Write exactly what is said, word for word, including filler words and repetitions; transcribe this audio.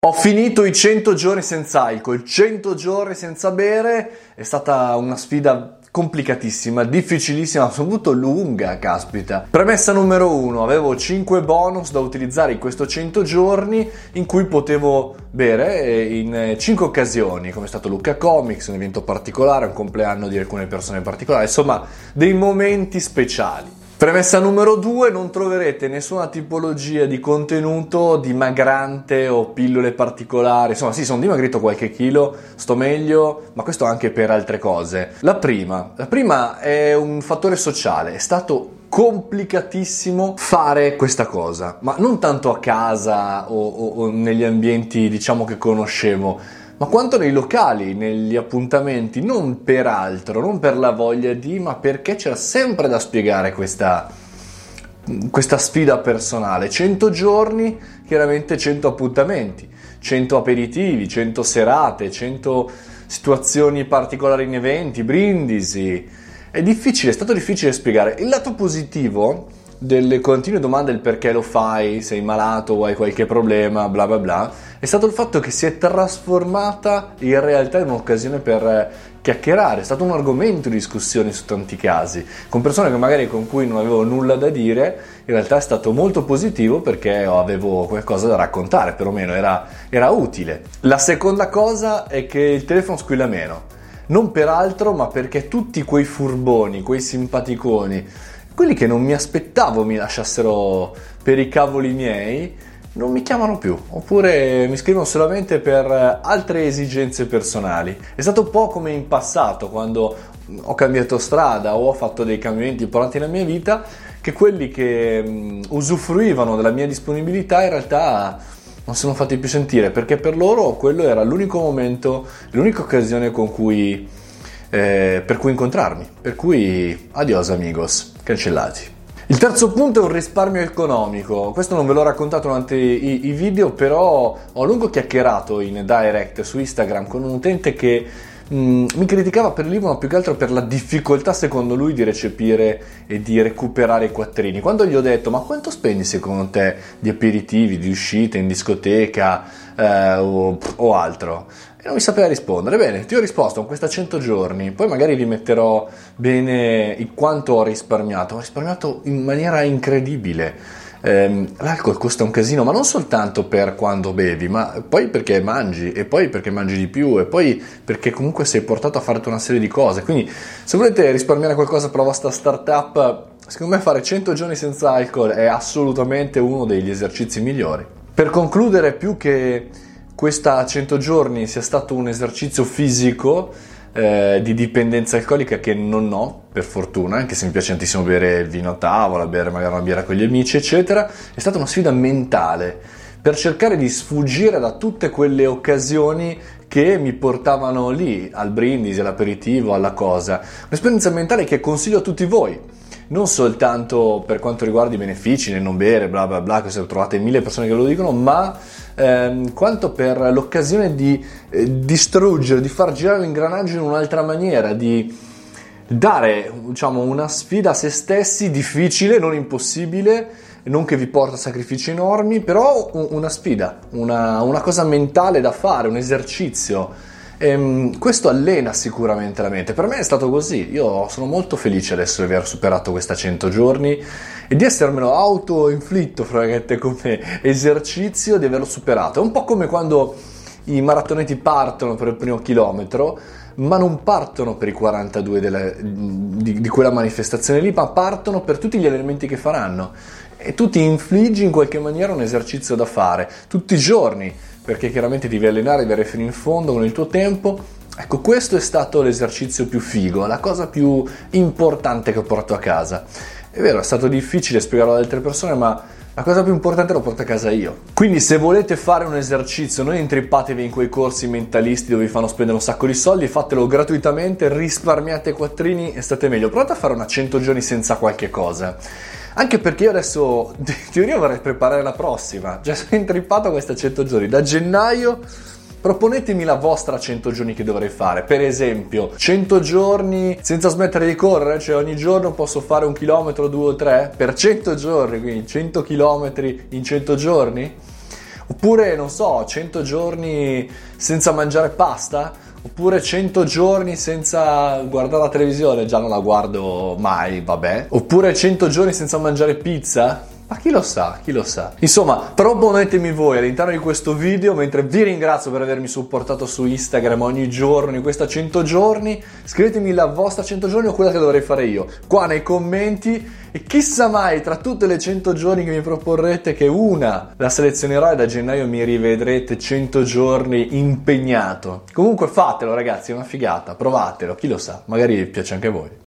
Ho finito i cento giorni senza alcol, cento giorni senza bere, è stata una sfida complicatissima, difficilissima, soprattutto lunga, caspita. Premessa numero uno, avevo cinque bonus da utilizzare in questi cento giorni in cui potevo bere in cinque occasioni, come è stato Lucca Comics, un evento particolare, un compleanno di alcune persone particolari, insomma dei momenti speciali. Premessa numero due, non troverete nessuna tipologia di contenuto dimagrante o pillole particolari, insomma sì, sono dimagrito qualche chilo, sto meglio, ma questo anche per altre cose. La prima, la prima è un fattore sociale, è stato complicatissimo fare questa cosa, ma non tanto a casa o, o, o negli ambienti diciamo che conoscevo, ma quanto nei locali, negli appuntamenti, non per altro, non per la voglia di, ma perché c'era sempre da spiegare questa, questa sfida personale. cento giorni, chiaramente cento appuntamenti, cento aperitivi, cento serate, cento situazioni particolari in eventi, brindisi. È difficile, è stato difficile spiegare. Il lato positivo delle continue domande del perché lo fai, sei malato o hai qualche problema, bla bla bla, è stato il fatto che si è trasformata in realtà in un'occasione per chiacchierare, è stato un argomento di discussione su tanti casi, con persone che magari con cui non avevo nulla da dire, in realtà è stato molto positivo perché avevo qualcosa da raccontare, perlomeno era, era utile. La seconda cosa è che il telefono squilla meno, non per altro ma perché tutti quei furboni, quei simpaticoni, quelli che non mi aspettavo mi lasciassero per i cavoli miei, non mi chiamano più, oppure mi scrivono solamente per altre esigenze personali. È stato un po' come in passato, quando ho cambiato strada o ho fatto dei cambiamenti importanti nella mia vita, che quelli che um, usufruivano della mia disponibilità in realtà non si sono fatti più sentire, perché per loro quello era l'unico momento, l'unica occasione con cui Eh, per cui incontrarmi, per cui adios amigos, cancellati. Il terzo punto è un risparmio economico. Questo non ve l'ho raccontato durante i, i video, però ho a lungo chiacchierato in direct su Instagram con un utente che mh, mi criticava per il libro, ma più che altro per la difficoltà secondo lui di recepire e di recuperare i quattrini. Quando gli ho detto ma quanto spendi secondo te di aperitivi, di uscite in discoteca eh, o, o altro? E non mi sapeva rispondere. Bene, ti ho risposto con questa cento giorni, poi magari vi metterò bene il quanto ho risparmiato. Ho risparmiato in maniera incredibile. Ehm, l'alcol costa un casino, ma non soltanto per quando bevi, ma poi perché mangi, e poi perché mangi di più, e poi perché comunque sei portato a fare tutta una serie di cose. Quindi se volete risparmiare qualcosa per la vostra startup, secondo me fare cento giorni senza alcol è assolutamente uno degli esercizi migliori. Per concludere, più che questa cento giorni sia stato un esercizio fisico eh, di dipendenza alcolica, che non ho per fortuna, anche se mi piace tantissimo bere il vino a tavola, bere magari una birra con gli amici eccetera, è stata una sfida mentale per cercare di sfuggire da tutte quelle occasioni che mi portavano lì, al brindisi, all'aperitivo, alla cosa. Un'esperienza mentale che consiglio a tutti voi, non soltanto per quanto riguarda i benefici nel non bere, bla bla bla, che se trovate mille persone che lo dicono, ma ehm, quanto per l'occasione di eh, distruggere, di far girare l'ingranaggio in un'altra maniera, di dare, diciamo, una sfida a se stessi, difficile, non impossibile, non che vi porta a sacrifici enormi, però una sfida, una, una cosa mentale da fare, un esercizio. Ehm, questo allena sicuramente la mente. Per me è stato così. Io sono molto felice adesso di aver superato questa cento giorni e di essermelo auto-inflitto, francamente, come esercizio, di averlo superato. È un po' come quando i maratoneti partono per il primo chilometro, ma non partono per i quarantadue della, di, di quella manifestazione lì, ma partono per tutti gli allenamenti che faranno. E tu ti infliggi in qualche maniera un esercizio da fare tutti i giorni, perché chiaramente devi allenare, devi arrivare fino in fondo con il tuo tempo. Ecco, questo è stato l'esercizio più figo, la cosa più importante che porto a casa. È vero, è stato difficile spiegarlo ad altre persone, ma la cosa più importante l'ho portata a casa io. Quindi se volete fare un esercizio, non intrippatevi in quei corsi mentalisti dove vi fanno spendere un sacco di soldi, fatelo gratuitamente, risparmiate quattrini e state meglio. Provate a fare una cento giorni senza qualche cosa. Anche perché io adesso, in teoria, vorrei preparare la prossima. Già sono intrippato a questa cento giorni. Da gennaio proponetemi la vostra cento giorni che dovrei fare. Per esempio, cento giorni senza smettere di correre, cioè ogni giorno posso fare un chilometro, due o tre, per cento giorni, quindi cento chilometri in cento giorni. Oppure, non so, cento giorni senza mangiare pasta? Oppure cento giorni senza guardare la televisione? Già non la guardo mai, vabbè. Oppure cento giorni senza mangiare pizza? Ma chi lo sa, chi lo sa. Insomma, proponetemi voi all'interno di questo video, mentre vi ringrazio per avermi supportato su Instagram ogni giorno in questa cento giorni, scrivetemi la vostra cento giorni o quella che dovrei fare io, qua nei commenti, e chissà mai tra tutte le cento giorni che mi proporrete che una la selezionerò e da gennaio mi rivedrete cento giorni impegnato. Comunque fatelo ragazzi, è una figata, provatelo, chi lo sa, magari vi piace anche a voi.